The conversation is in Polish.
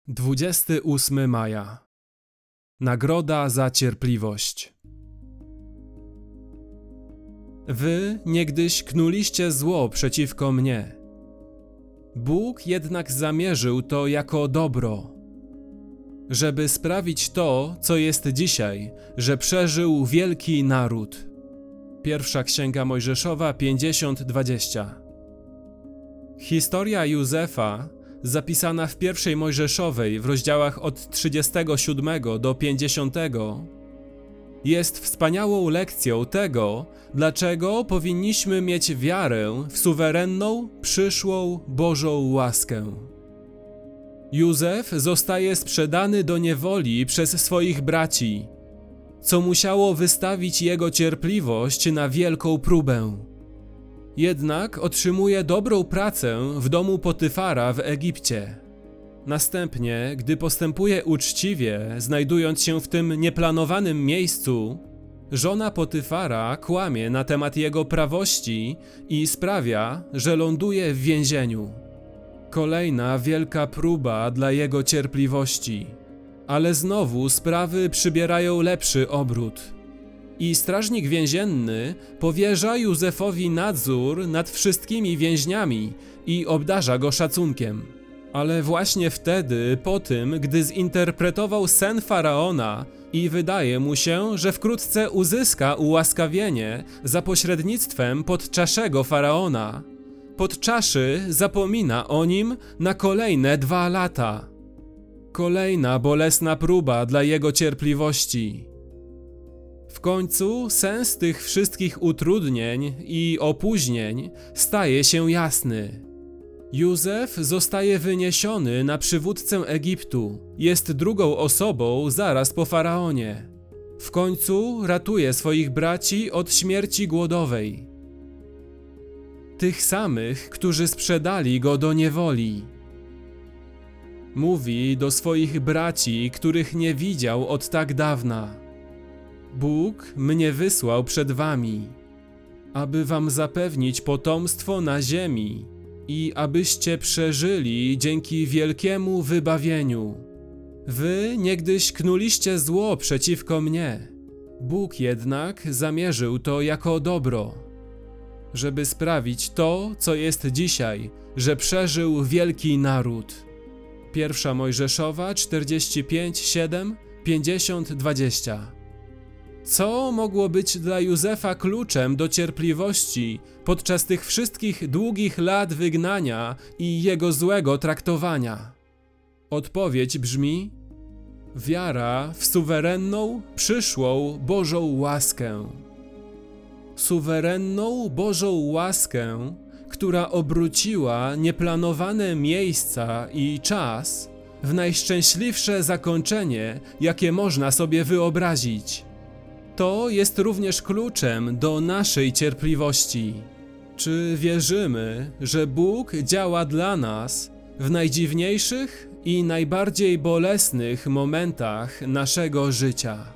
28 maja. Nagroda za cierpliwość. Wy niegdyś knuliście zło przeciwko mnie. Bóg jednak zamierzył to jako dobro, żeby sprawić to, co jest dzisiaj, że przeżył wielki naród. Pierwsza Księga Mojżeszowa 50:20. Historia Józefa, zapisana w pierwszej Mojżeszowej w rozdziałach od 37 do 50, jest wspaniałą lekcją tego, dlaczego powinniśmy mieć wiarę w suwerenną, przyszłą Bożą łaskę. Józef zostaje sprzedany do niewoli przez swoich braci, co musiało wystawić jego cierpliwość na wielką próbę. Jednak otrzymuje dobrą pracę w domu Potyfara w Egipcie. Następnie, gdy postępuje uczciwie, znajdując się w tym nieplanowanym miejscu, żona Potyfara kłamie na temat jego prawości i sprawia, że ląduje w więzieniu. Kolejna wielka próba dla jego cierpliwości. Ale znowu sprawy przybierają lepszy obrót. I strażnik więzienny powierza Józefowi nadzór nad wszystkimi więźniami i obdarza go szacunkiem. Ale właśnie wtedy, po tym, gdy zinterpretował sen faraona i wydaje mu się, że wkrótce uzyska ułaskawienie za pośrednictwem podczaszego faraona, podczaszy zapomina o nim na kolejne 2 lata. Kolejna bolesna próba dla jego cierpliwości. W końcu sens tych wszystkich utrudnień i opóźnień staje się jasny. Józef zostaje wyniesiony na przywódcę Egiptu. Jest drugą osobą zaraz po faraonie. W końcu ratuje swoich braci od śmierci głodowej. Tych samych, którzy sprzedali go do niewoli. Mówi do swoich braci, których nie widział od tak dawna: Bóg mnie wysłał przed wami, aby wam zapewnić potomstwo na ziemi i abyście przeżyli dzięki wielkiemu wybawieniu. Wy niegdyś knuliście zło przeciwko mnie. Bóg jednak zamierzył to jako dobro, żeby sprawić to, co jest dzisiaj, że przeżył wielki naród. Pierwsza Mojżeszowa 45:7, 50:20. Co mogło być dla Józefa kluczem do cierpliwości podczas tych wszystkich długich lat wygnania i jego złego traktowania? Odpowiedź brzmi: wiara w suwerenną, przyszłą Bożą łaskę. Suwerenną Bożą łaskę, która obróciła nieplanowane miejsca i czas w najszczęśliwsze zakończenie, jakie można sobie wyobrazić. To jest również kluczem do naszej cierpliwości. Czy wierzymy, że Bóg działa dla nas w najdziwniejszych i najbardziej bolesnych momentach naszego życia?